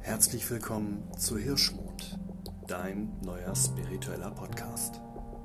Herzlich willkommen zu Hirschmond, dein neuer spiritueller Podcast.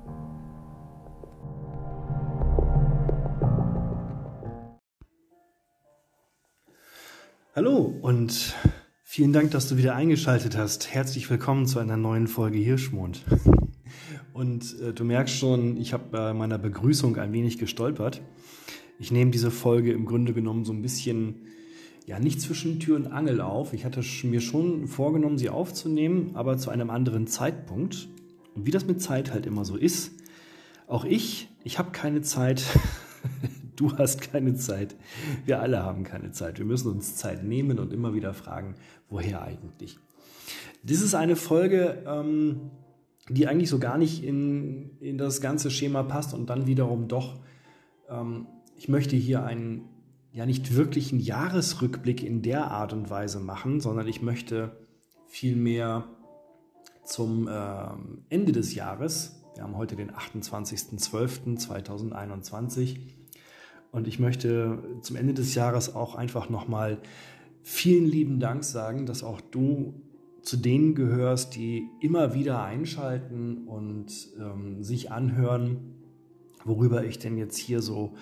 Hallo und vielen Dank, dass du wieder eingeschaltet hast. Herzlich willkommen zu einer neuen Folge Hirschmond. Und du merkst schon, ich habe bei meiner Begrüßung ein wenig gestolpert. Ich nehme diese Folge im Grunde genommen so ein bisschen, nicht zwischen Tür und Angel auf. Ich hatte mir schon vorgenommen, sie aufzunehmen, aber zu einem anderen Zeitpunkt. Und wie das mit Zeit halt immer so ist, auch ich habe keine Zeit. Du hast keine Zeit. Wir alle haben keine Zeit. Wir müssen uns Zeit nehmen und immer wieder fragen, woher eigentlich? Das ist eine Folge, die eigentlich so gar nicht in das ganze Schema passt und dann wiederum doch. Ich möchte hier einen nicht wirklichen Jahresrückblick in der Art und Weise machen, sondern ich möchte vielmehr zum Ende des Jahres, wir haben heute den 28.12.2021, und ich möchte zum Ende des Jahres auch einfach nochmal vielen lieben Dank sagen, dass auch du zu denen gehörst, die immer wieder einschalten und sich anhören, worüber ich denn jetzt hier so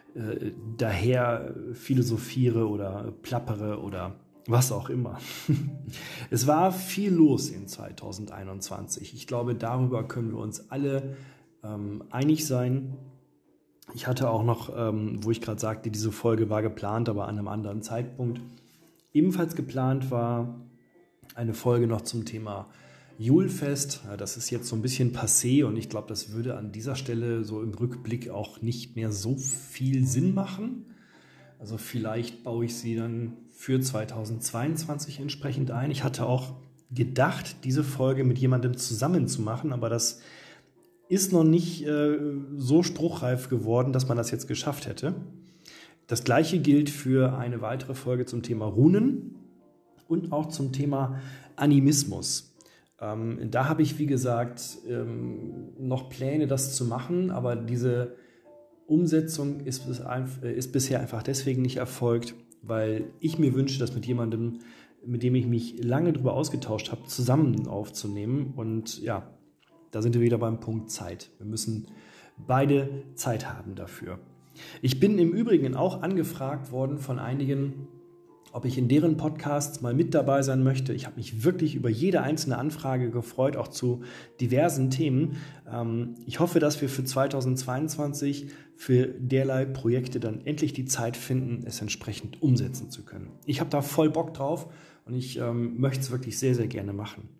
daher philosophiere oder plappere oder was auch immer. Es war viel los in 2021. Ich glaube, darüber können wir uns alle einig sein. Ich hatte auch noch, wo ich gerade sagte, diese Folge war geplant, aber an einem anderen Zeitpunkt. Ebenfalls geplant war eine Folge noch zum Thema Julfest. Das ist jetzt so ein bisschen passé und ich glaube, das würde an dieser Stelle so im Rückblick auch nicht mehr so viel Sinn machen. Also vielleicht baue ich sie dann für 2022 entsprechend ein. Ich hatte auch gedacht, diese Folge mit jemandem zusammen zu machen, aber das ist noch nicht so spruchreif geworden, dass man das jetzt geschafft hätte. Das Gleiche gilt für eine weitere Folge zum Thema Runen und auch zum Thema Animismus. Da habe ich, wie gesagt, noch Pläne, das zu machen, aber diese Umsetzung ist bisher einfach deswegen nicht erfolgt, weil ich mir wünsche, das mit jemandem, mit dem ich mich lange darüber ausgetauscht habe, zusammen aufzunehmen. Und ja, da sind wir wieder beim Punkt Zeit. Wir müssen beide Zeit haben dafür. Ich bin im Übrigen auch angefragt worden von einigen, ob ich in deren Podcasts mal mit dabei sein möchte. Ich habe mich wirklich über jede einzelne Anfrage gefreut, auch zu diversen Themen. Ich hoffe, dass wir für 2022 für derlei Projekte dann endlich die Zeit finden, es entsprechend umsetzen zu können. Ich habe da voll Bock drauf und ich möchte es wirklich sehr, sehr gerne machen.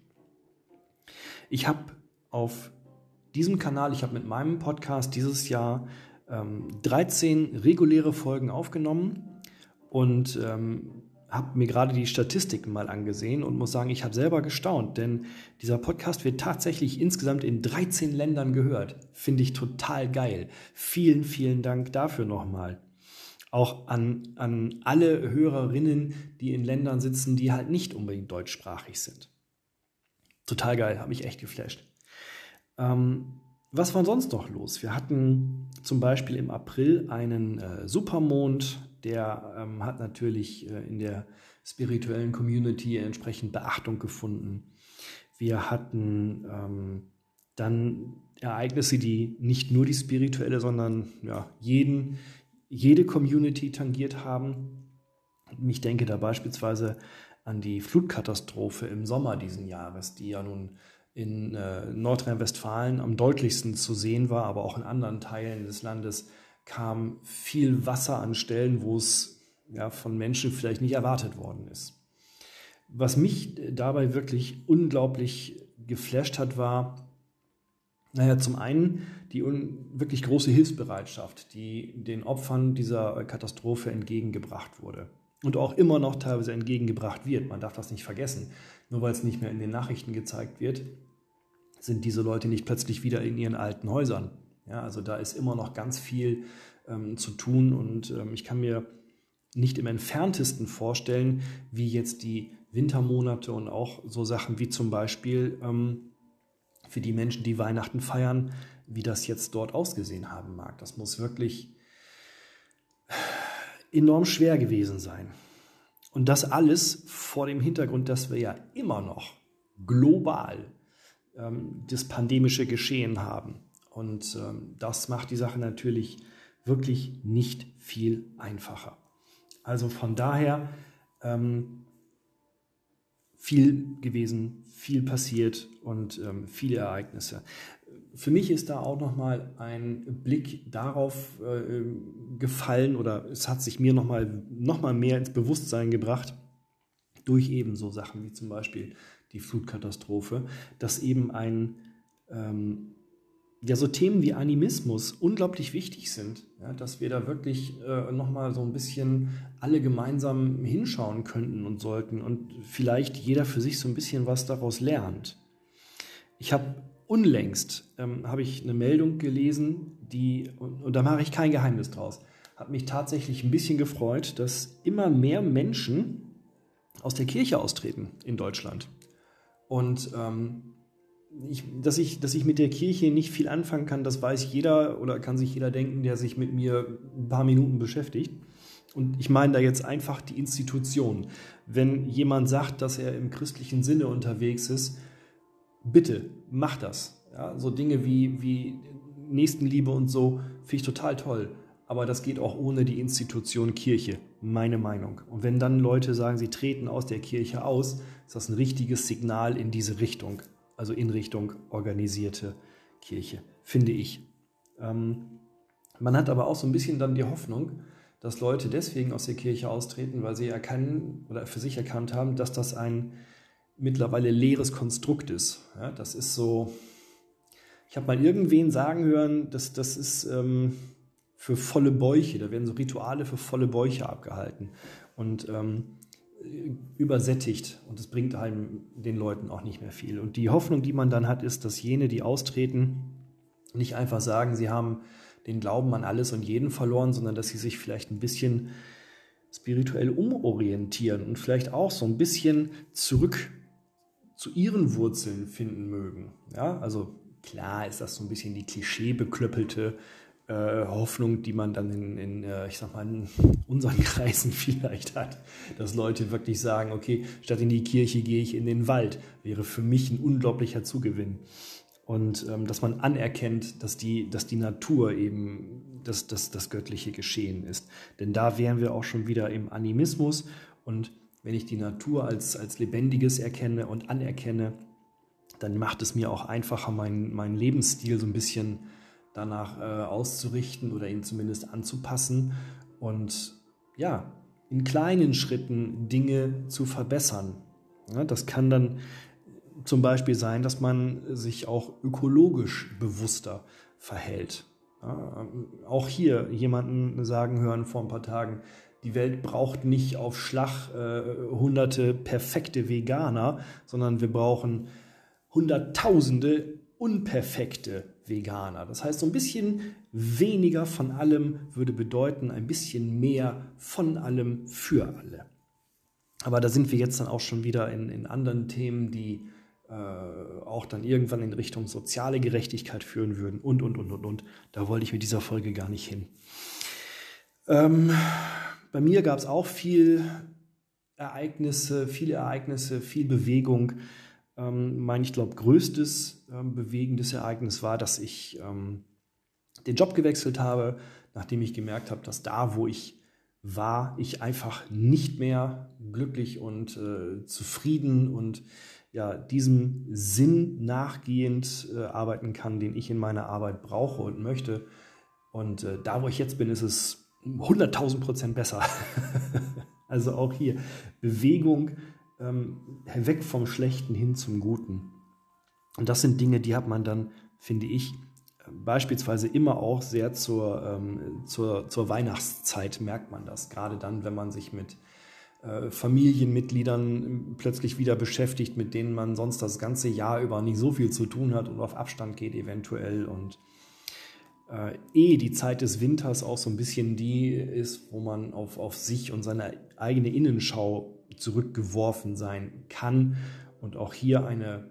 Ich habe auf diesem Kanal, ich habe mit meinem Podcast dieses Jahr 13 reguläre Folgen aufgenommen und habe mir gerade die Statistiken mal angesehen und muss sagen, ich habe selber gestaunt, denn dieser Podcast wird tatsächlich insgesamt in 13 Ländern gehört. Finde ich total geil. Vielen, vielen Dank dafür nochmal. Auch an alle Hörerinnen, die in Ländern sitzen, die halt nicht unbedingt deutschsprachig sind. Total geil, habe mich echt geflasht. Was war sonst noch los? Wir hatten zum Beispiel im April einen Supermond, der hat natürlich in der spirituellen Community entsprechend Beachtung gefunden. Wir hatten dann Ereignisse, die nicht nur die spirituelle, sondern jede Community tangiert haben. Ich denke da beispielsweise an die Flutkatastrophe im Sommer diesen Jahres, die ja nun in Nordrhein-Westfalen am deutlichsten zu sehen war, aber auch in anderen Teilen des Landes kam viel Wasser an Stellen, wo es von Menschen vielleicht nicht erwartet worden ist. Was mich dabei wirklich unglaublich geflasht hat, war, zum einen die wirklich große Hilfsbereitschaft, die den Opfern dieser Katastrophe entgegengebracht wurde. Und auch immer noch teilweise entgegengebracht wird. Man darf das nicht vergessen. Nur weil es nicht mehr in den Nachrichten gezeigt wird, sind diese Leute nicht plötzlich wieder in ihren alten Häusern. Ja, also da ist immer noch ganz viel zu tun und ich kann mir nicht im Entferntesten vorstellen, wie jetzt die Wintermonate und auch so Sachen wie zum Beispiel für die Menschen, die Weihnachten feiern, wie das jetzt dort ausgesehen haben mag. Das muss wirklich enorm schwer gewesen sein. Und das alles vor dem Hintergrund, dass wir ja immer noch global das pandemische Geschehen haben. Und das macht die Sache natürlich wirklich nicht viel einfacher. Also von daher viel gewesen, viel passiert und viele Ereignisse. Für mich ist da auch nochmal ein Blick darauf gefallen oder es hat sich mir nochmal mehr ins Bewusstsein gebracht durch eben so Sachen wie zum Beispiel die Flutkatastrophe, dass eben so Themen wie Animismus unglaublich wichtig sind, ja, dass wir da wirklich nochmal so ein bisschen alle gemeinsam hinschauen könnten und sollten und vielleicht jeder für sich so ein bisschen was daraus lernt. Ich habe unlängst habe ich eine Meldung gelesen, und da mache ich kein Geheimnis draus, hat mich tatsächlich ein bisschen gefreut, dass immer mehr Menschen aus der Kirche austreten in Deutschland. Und dass ich mit der Kirche nicht viel anfangen kann, das weiß jeder oder kann sich jeder denken, der sich mit mir ein paar Minuten beschäftigt. Und ich meine da jetzt einfach die Institution. Wenn jemand sagt, dass er im christlichen Sinne unterwegs ist, bitte, mach das. Ja, so Dinge wie Nächstenliebe und so finde ich total toll. Aber das geht auch ohne die Institution Kirche, meine Meinung. Und wenn dann Leute sagen, sie treten aus der Kirche aus, ist das ein richtiges Signal in diese Richtung. Also in Richtung organisierte Kirche, finde ich. Man hat aber auch so ein bisschen dann die Hoffnung, dass Leute deswegen aus der Kirche austreten, weil sie erkennen oder für sich erkannt haben, dass das ein mittlerweile leeres Konstrukt ist. Ja, das ist so, ich habe mal irgendwen sagen hören, das ist für volle Bäuche, da werden so Rituale für volle Bäuche abgehalten und übersättigt und das bringt einem den Leuten auch nicht mehr viel. Und die Hoffnung, die man dann hat, ist, dass jene, die austreten, nicht einfach sagen, sie haben den Glauben an alles und jeden verloren, sondern dass sie sich vielleicht ein bisschen spirituell umorientieren und vielleicht auch so ein bisschen zurück zu ihren Wurzeln finden mögen. Ja, also klar ist das so ein bisschen die klischeebeklöppelte Hoffnung, die man dann in unseren Kreisen vielleicht hat, dass Leute wirklich sagen, okay, statt in die Kirche gehe ich in den Wald, wäre für mich ein unglaublicher Zugewinn. Und dass man anerkennt, dass die Natur eben das göttliche Geschehen ist. Denn da wären wir auch schon wieder im Animismus. Und wenn ich die Natur als Lebendiges erkenne und anerkenne, dann macht es mir auch einfacher, meinen Lebensstil so ein bisschen danach auszurichten oder ihn zumindest anzupassen und ja, in kleinen Schritten Dinge zu verbessern. Ja, das kann dann zum Beispiel sein, dass man sich auch ökologisch bewusster verhält. Ja, auch hier jemanden sagen hören vor ein paar Tagen, die Welt braucht nicht auf Schlag hunderte perfekte Veganer, sondern wir brauchen hunderttausende unperfekte Veganer. Das heißt, so ein bisschen weniger von allem würde bedeuten, ein bisschen mehr von allem für alle. Aber da sind wir jetzt dann auch schon wieder in anderen Themen, die auch dann irgendwann in Richtung soziale Gerechtigkeit führen würden und. Da wollte ich mit dieser Folge gar nicht hin. Bei mir gab es auch viele Ereignisse, viel Bewegung. Ich glaube, größtes bewegendes Ereignis war, dass ich den Job gewechselt habe, nachdem ich gemerkt habe, dass da, wo ich war, ich einfach nicht mehr glücklich und zufrieden und ja, diesem Sinn nachgehend arbeiten kann, den ich in meiner Arbeit brauche und möchte. Und da, wo ich jetzt bin, ist es 100.000% besser. Also auch hier Bewegung, weg vom Schlechten hin zum Guten. Und das sind Dinge, die hat man dann, finde ich, beispielsweise immer auch sehr zur Weihnachtszeit merkt man das. Gerade dann, wenn man sich mit Familienmitgliedern plötzlich wieder beschäftigt, mit denen man sonst das ganze Jahr über nicht so viel zu tun hat und auf Abstand geht eventuell. Und die Zeit des Winters auch so ein bisschen die ist, wo man auf sich und seine eigene Innenschau zurückgeworfen sein kann und auch hier eine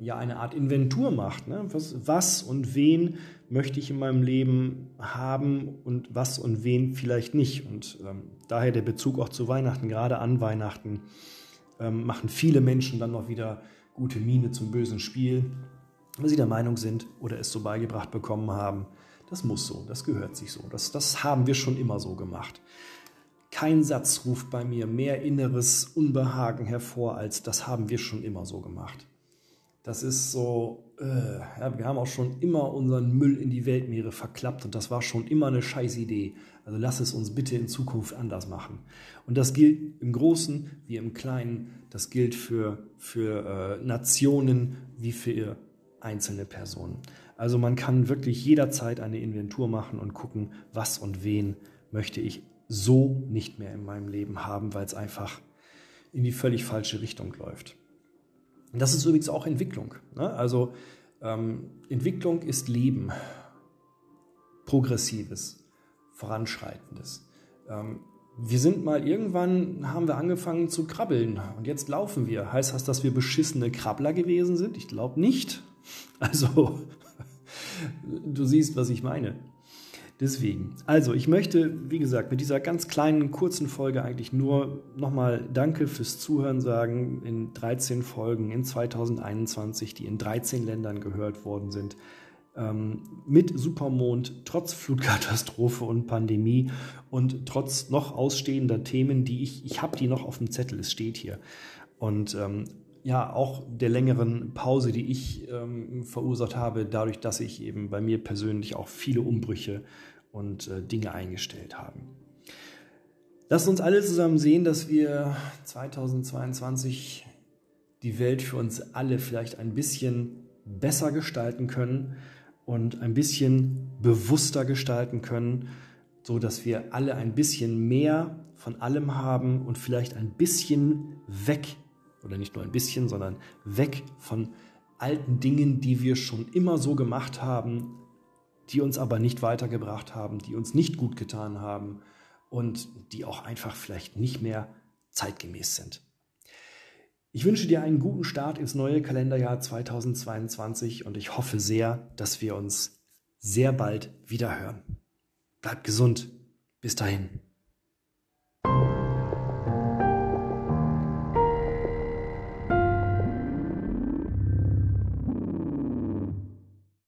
ja eine Art Inventur macht. Ne? Was und wen möchte ich in meinem Leben haben und was und wen vielleicht nicht. Und daher der Bezug auch zu Weihnachten. Gerade an Weihnachten machen viele Menschen dann noch wieder gute Miene zum bösen Spiel, weil sie der Meinung sind oder es so beigebracht bekommen haben, das muss so, das gehört sich so. Das haben wir schon immer so gemacht. Kein Satz ruft bei mir mehr inneres Unbehagen hervor, als das haben wir schon immer so gemacht. Das ist so, wir haben auch schon immer unseren Müll in die Weltmeere verklappt und das war schon immer eine Scheißidee. Also lass es uns bitte in Zukunft anders machen. Und das gilt im Großen wie im Kleinen. Das gilt für Nationen wie für einzelne Personen. Also man kann wirklich jederzeit eine Inventur machen und gucken, was und wen möchte ich so nicht mehr in meinem Leben haben, weil es einfach in die völlig falsche Richtung läuft. Und das ist übrigens auch Entwicklung. Ne? Also Entwicklung ist Leben, Progressives, Voranschreitendes. Wir sind mal irgendwann, haben wir angefangen zu krabbeln und jetzt laufen wir. Heißt das, dass wir beschissene Krabbler gewesen sind? Ich glaube nicht. Also, du siehst, was ich meine. Deswegen, also ich möchte, wie gesagt, mit dieser ganz kleinen, kurzen Folge eigentlich nur nochmal Danke fürs Zuhören sagen in 13 Folgen in 2021, die in 13 Ländern gehört worden sind. Mit Supermond, trotz Flutkatastrophe und Pandemie und trotz noch ausstehender Themen, die ich habe die noch auf dem Zettel, es steht hier. Und ja, auch der längeren Pause, die ich verursacht habe, dadurch, dass ich eben bei mir persönlich auch viele Umbrüche und Dinge eingestellt habe. Lasst uns alle zusammen sehen, dass wir 2022 die Welt für uns alle vielleicht ein bisschen besser gestalten können und ein bisschen bewusster gestalten können, so dass wir alle ein bisschen mehr von allem haben und vielleicht ein bisschen weg, oder nicht nur ein bisschen, sondern weg von alten Dingen, die wir schon immer so gemacht haben, die uns aber nicht weitergebracht haben, die uns nicht gut getan haben und die auch einfach vielleicht nicht mehr zeitgemäß sind. Ich wünsche dir einen guten Start ins neue Kalenderjahr 2022 und ich hoffe sehr, dass wir uns sehr bald wieder hören. Bleib gesund. Bis dahin.